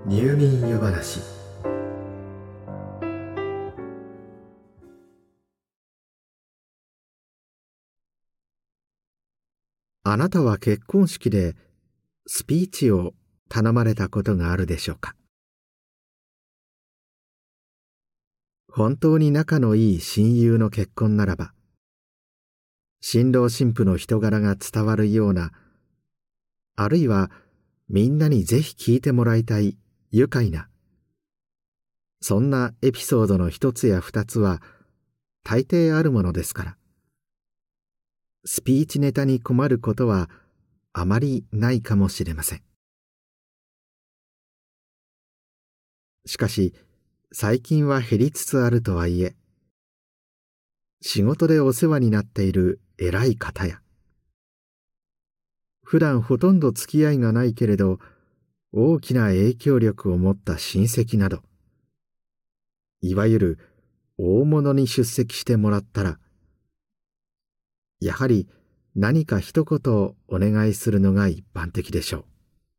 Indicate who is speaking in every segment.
Speaker 1: 入眠湯話。あなたは結婚式でスピーチを頼まれたことがあるでしょうか。本当に仲のいい親友の結婚ならば、新郎新婦の人柄が伝わるような、あるいはみんなにぜひ聞いてもらいたい愉快な、そんなエピソードの一つや二つは大抵あるものですから、スピーチネタに困ることはあまりないかもしれません。しかし最近は減りつつあるとはいえ、仕事でお世話になっている偉い方や、普段ほとんど付き合いがないけれど大きな影響力を持った親戚など、いわゆる大物に出席してもらったら、やはり何か一言お願いするのが一般的でしょ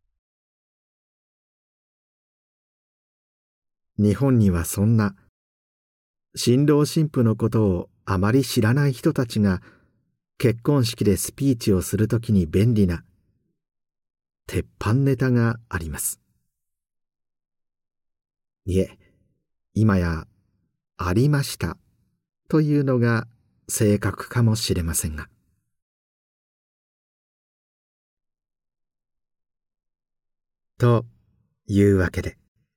Speaker 1: う。日本にはそんな新郎新婦のことをあまり知らない人たちが結婚式でスピーチをするときに便利な鉄板ネタがあります。いえ、今やありましたというのが正確かもしれませんが。というわけで、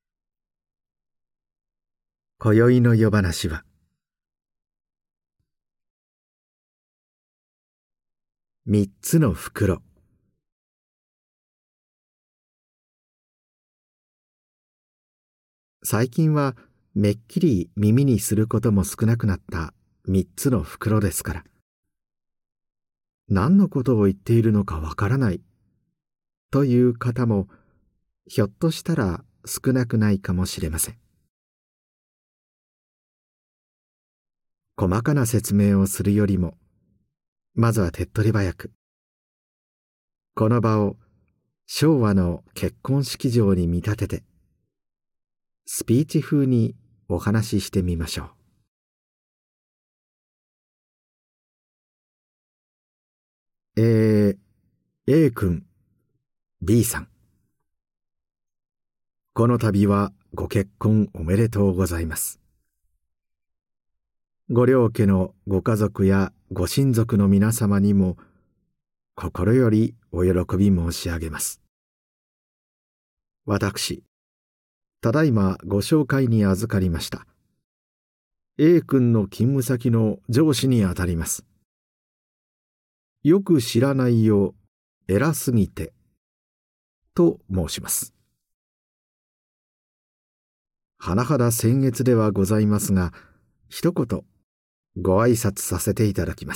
Speaker 1: 今宵の夜話は、三つの袋。最近はめっきり耳にすることも少なくなった三つの袋ですから、何のことを言っているのかわからないという方もひょっとしたら少なくないかもしれません。細かな説明をするよりも、まずは手っ取り早くこの場を昭和の結婚式場に見立ててスピーチ風にお話ししてみましょう。A 君、B さん、この度はご結婚おめでとうございます。ご両家のご家族やご親族の皆様にも心よりお喜び申し上げます。私、ただいまご紹介に預かりました A 君の勤務先の上司にあたります。よく知らないよ、偉すぎてと申します。甚だ僭越ではございますが、一言ご挨拶させていただきます。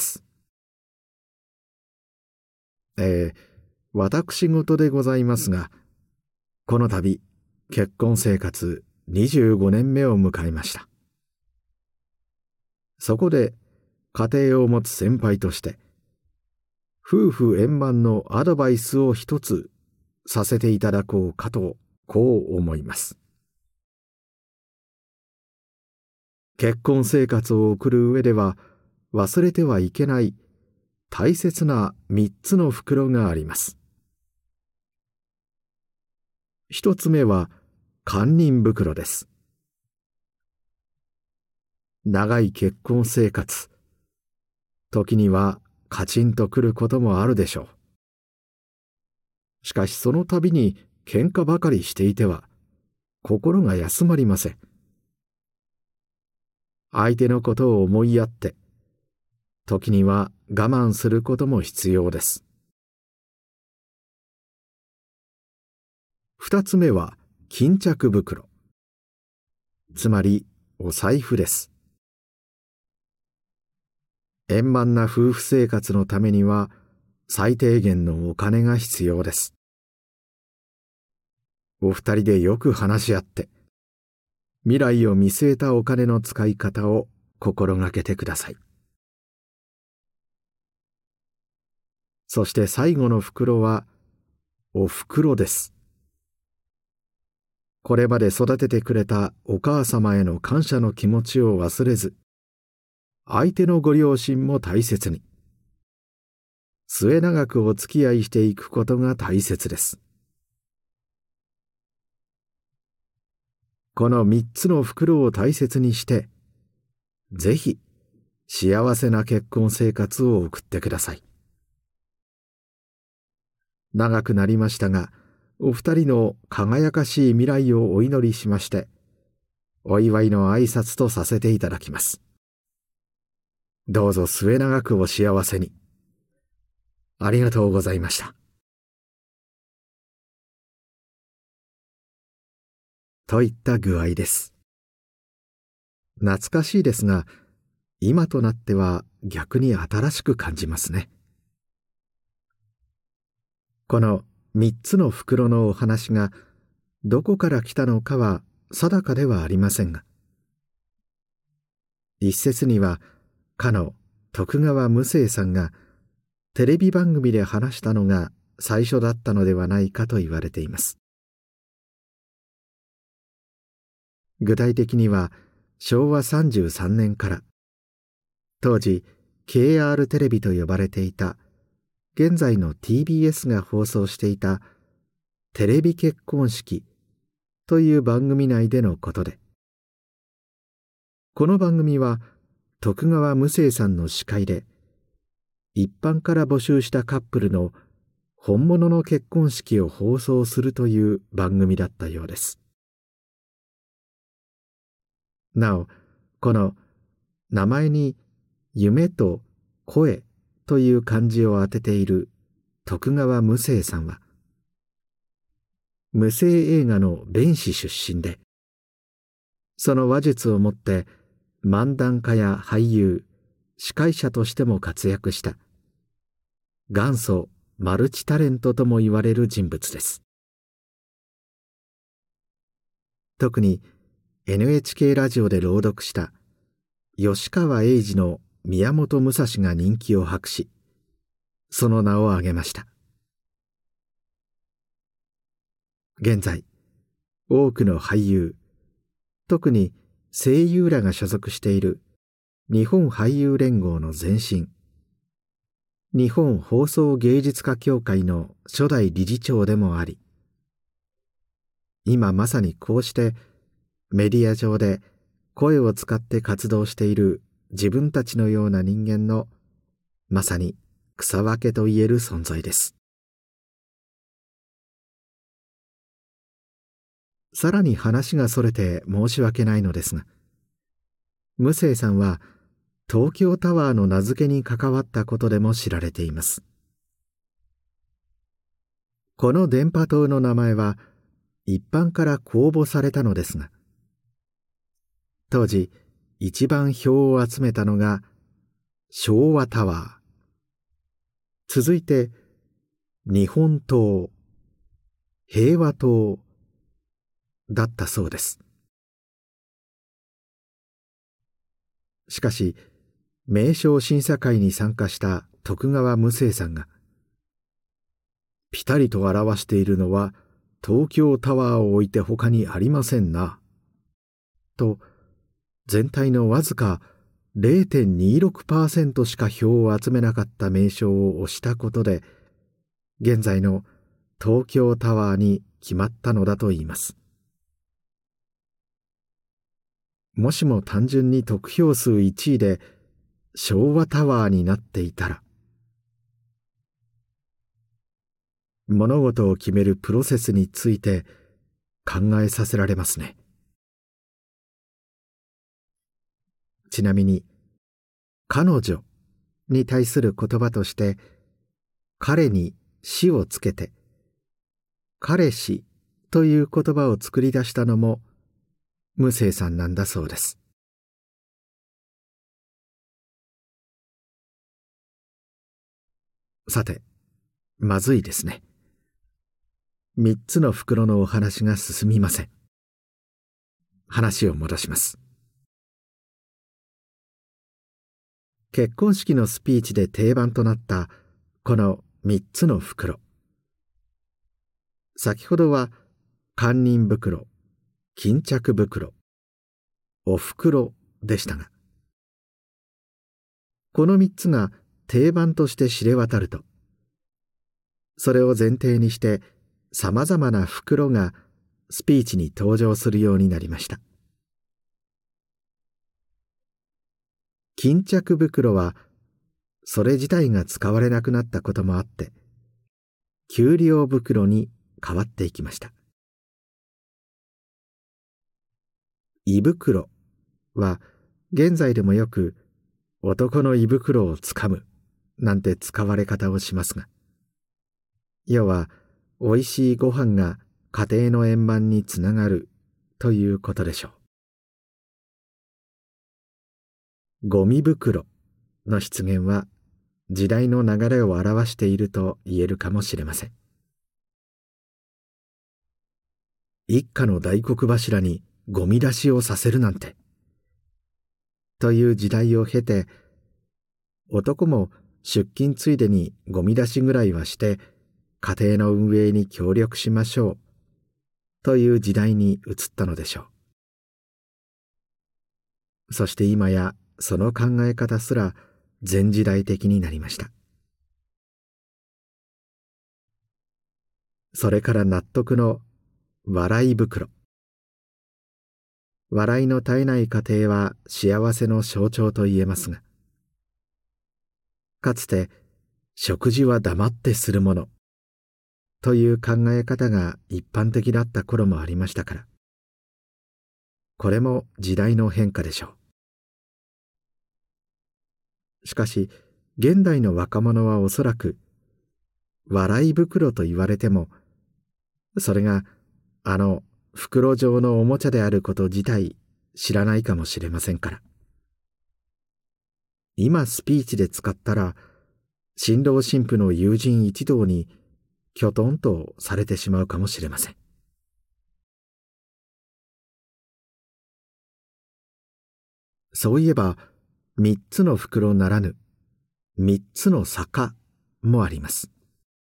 Speaker 1: 私事でございますが、この度結婚生活25年目を迎えました。そこで家庭を持つ先輩として夫婦円満のアドバイスを一つさせていただこうかとこう思います。結婚生活を送る上では忘れてはいけない大切な三つの袋があります。一つ目は堪忍袋です。長い結婚生活、時にはカチンとくることもあるでしょう。しかしその度に喧嘩ばかりしていては心が休まりません。相手のことを思いやって、時には我慢することも必要です。二つ目は巾着袋、つまりお財布です。円満な夫婦生活のためには最低限のお金が必要です。お二人でよく話し合って未来を見据えたお金の使い方を心がけてください。そして最後の袋はお袋です。 これまで育ててくれたお母様への感謝の気持ちを忘れず、相手のご両親も大切に、末永くお付き合いしていくことが大切です。この3つの袋を大切にして、ぜひ幸せな結婚生活を送ってください。長くなりましたが、お二人の輝かしい未来をお祈りしまして、お祝いの挨拶とさせていただきます。どうぞ末永くお幸せに。ありがとうございました。といった具合です。懐かしいですが、今となっては逆に新しく感じますね。この3つの袋のお話がどこから来たのかは定かではありませんが、一説にはかの徳川夢声さんがテレビ番組で話したのが最初だったのではないかと言われています。具体的には昭和33年から当時 KR テレビと呼ばれていた現在の TBS が放送していたテレビ結婚式という番組内でのことで、この番組は徳川夢声さんの司会で一般から募集したカップルの本物の結婚式を放送するという番組だったようです。なお、この名前に夢と声という漢字を当てている徳川夢声さんは、無声映画の弁士出身で、その話術をもって漫談家や俳優、司会者としても活躍した元祖マルチタレントとも言われる人物です。特に NHK ラジオで朗読した吉川英治の宮本武蔵が人気を博し、その名を挙げました。現在、多くの俳優、特に声優らが所属している日本俳優連合の前身、日本放送芸術家協会の初代理事長でもあり、今まさにこうしてメディア上で声を使って活動している自分たちのような人間のまさに草分けといえる存在です。さらに話がそれて申し訳ないのですが、夢声さんは東京タワーの名付けに関わったことでも知られています。この電波塔の名前は一般から公募されたのですが、当時一番票を集めたのが昭和タワー、続いて日本塔、平和塔だったそうです。しかし名称審査会に参加した徳川夢声さんが、ピタリと表しているのは東京タワーを置いて他にありませんなと、全体のわずか 0.26% しか票を集めなかった名称を押したことで、現在の東京タワーに決まったのだといいます。もしも単純に得票数1位で昭和タワーになっていたら、物事を決めるプロセスについて考えさせられますね。ちなみに彼女に対する言葉として彼に死をつけて彼氏という言葉を作り出したのも夢声さんなんだそうです。さて、まずいですね。3つの袋のお話が進みません。話を戻します。結婚式のスピーチで定番となったこの3つの袋。先ほどは堪忍袋、 巾着袋、お袋でしたが、この3つが定番として知れ渡ると、それを前提にしてさまざまな袋がスピーチに登場するようになりました。巾着袋はそれ自体が使われなくなったこともあって、給料袋に変わっていきました。胃袋は現在でもよく男の胃袋をつかむなんて使われ方をしますが、要はおいしいご飯が家庭の円満につながるということでしょう。ゴミ袋の出現は時代の流れを表していると言えるかもしれません。一家の大黒柱にゴミ出しをさせるなんてという時代を経て、男も出勤ついでにゴミ出しぐらいはして家庭の運営に協力しましょうという時代に移ったのでしょう。そして今やその考え方すら前時代的になりました。それから納得の笑い袋。笑いの絶えない家庭は幸せの象徴と言えますが、かつて食事は黙ってするものという考え方が一般的だった頃もありましたから、これも時代の変化でしょう。しかし現代の若者はおそらく笑い袋と言われても、それがあの袋状のおもちゃであること自体知らないかもしれませんから、今スピーチで使ったら新郎新婦の友人一同にきょとんとされてしまうかもしれません。そういえば3つの袋ならぬ3つの坂もあります。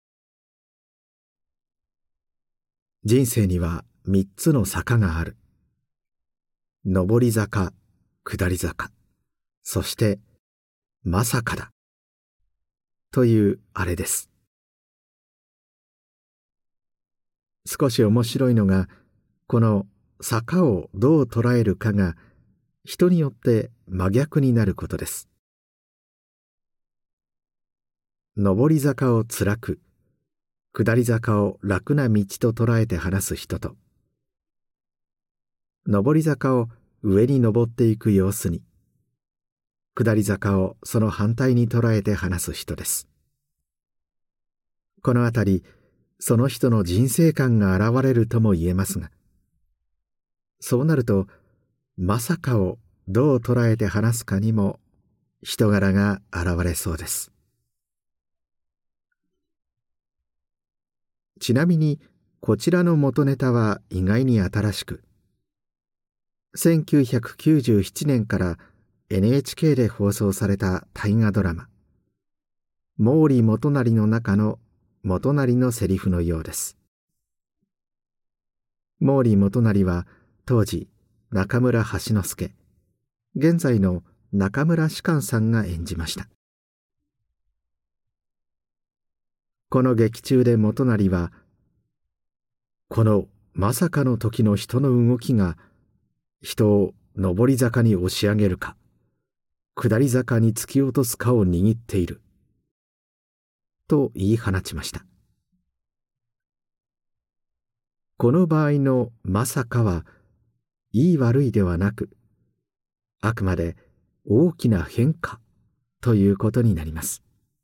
Speaker 1: 人生には3つの坂がある。上り坂、下り坂、そしてまさかだというあれです。少し面白いのが、この坂をどう捉えるかが人によって真逆になることです。上り坂を辛く、下り坂を楽な道と捉えて話す人と、上り坂を上に登っていく様子に、下り坂をその反対に捉えて話す人です。このあたり、その人の人生観が現れるとも言えますが、そうなるとまさかをどう捉えて話すかにも人柄が現れそうです。ちなみにこちらの元ネタは意外に新しく、1997年から NHK で放送された大河ドラマ「毛利元就」の中の元就のセリフのようです。毛利元就は当時中村橋之助、現在の中村芝翫さんが演じました。この劇中で元就は、このまさかの時の人の動きが人を上り坂に押し上げるか下り坂に突き落とすかを握っていると言い放ちました。この場合のまさかはいい悪いではなく、あくまで大きな変化ということになります。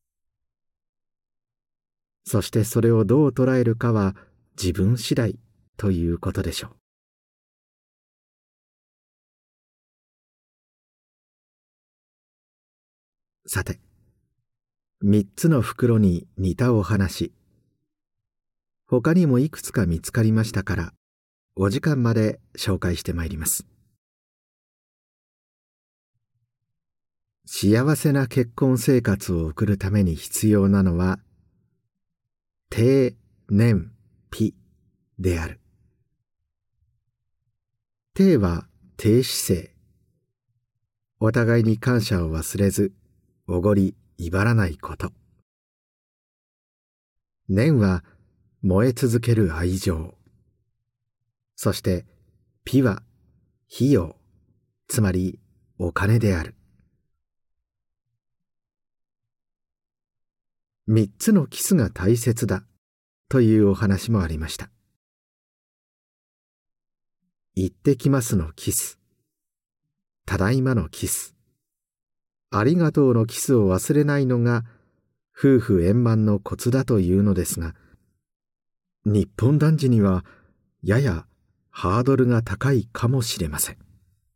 Speaker 1: そしてそれをどう捉えるかは自分次第ということでしょう。さて、3つの袋に似たお話、他にもいくつか見つかりましたから、お時間まで紹介してまいります。幸せな結婚生活を送るために必要なのは低燃費である。 定は低姿勢。お互いに感謝を忘れず、おごり威張らないこと。念は燃え続ける愛情。そしてピは費用、つまりお金である。3つのキスが大切だというお話もありました。行ってきますのキス、ただいまのキス、ありがとうのキスを忘れないのが夫婦円満のコツだというのですが、日本男児にはややハードルが高いかもしれません。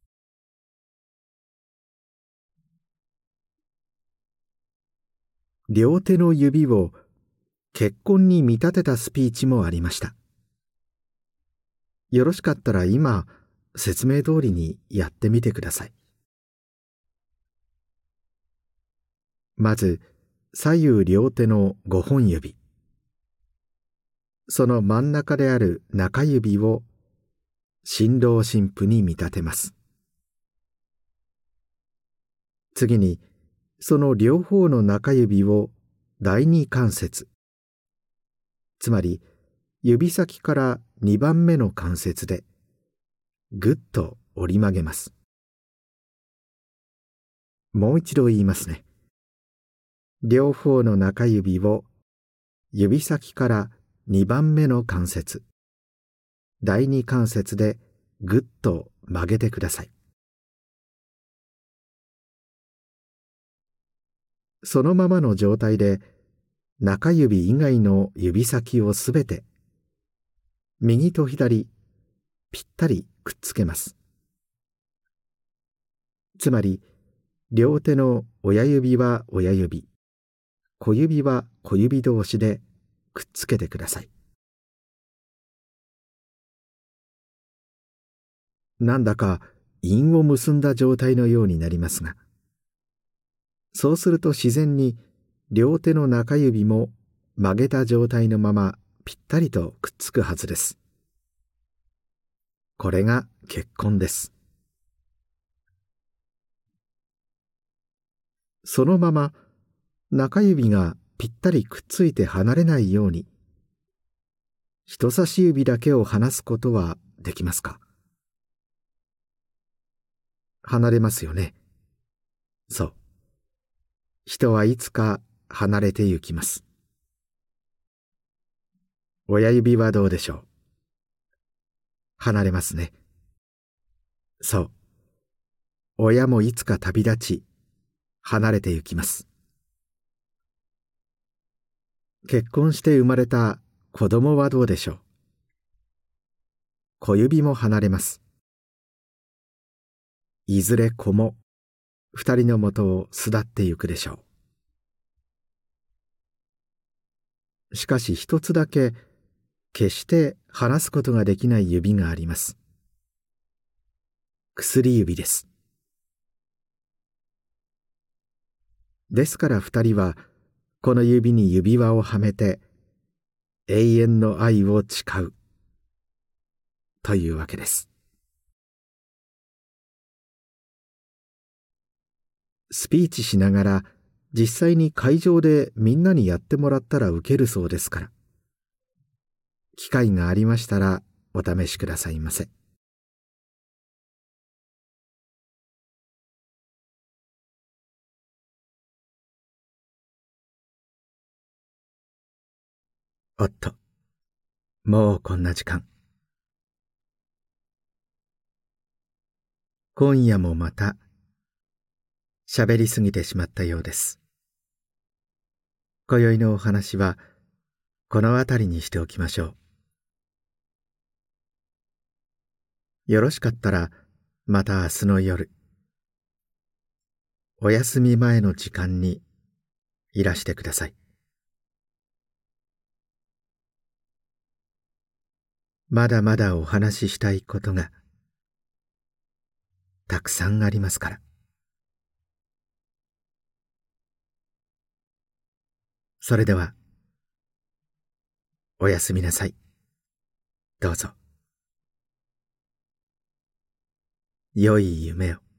Speaker 1: 両手の指を結婚に見立てたスピーチもありました。よろしかったら今、説明通りにやってみてください。まず、左右両手の5本指。その真ん中である中指を新郎新婦に見立てます。次に、その両方の中指を第二関節、つまり指先から2番目の関節でぐっと折り曲げます。もう一度言いますね。両方の中指を指先から2番目の関節、第二関節でぐっと曲げてください。そのままの状態で中指以外の指先をすべて右と左ぴったりくっつけます。つまり両手の親指は親指、小指は小指同士でくっつけてください。なんだか印を結んだ状態のようになりますが、そうすると自然に両手の中指も曲げた状態のままぴったりとくっつくはずです。これが結婚です。そのまま中指がぴったりくっついて離れないように、人差し指だけを離すことはできますか？離れますよね。そう。人はいつか離れてゆきます。親指はどうでしょう？離れますね。そう。親もいつか旅立ち、離れてゆきます。結婚して生まれた子供はどうでしょう？小指も離れます。いずれ子も二人のもとを巣立ってゆくでしょう。しかし一つだけ決して離すことができない指があります。薬指です。ですから二人はこの指に指輪をはめて永遠の愛を誓うというわけです。スピーチしながら実際に会場でみんなにやってもらったらウケるそうですから、機会がありましたらお試しくださいませ。おっと、もうこんな時間。今夜もまた喋りすぎてしまったようです。今宵のお話はこの辺りにしておきましょう。よろしかったらまた明日の夜、お休み前の時間にいらしてください。まだまだお話ししたいことがたくさんありますから。それではおやすみなさい。どうぞ。 良い夢を。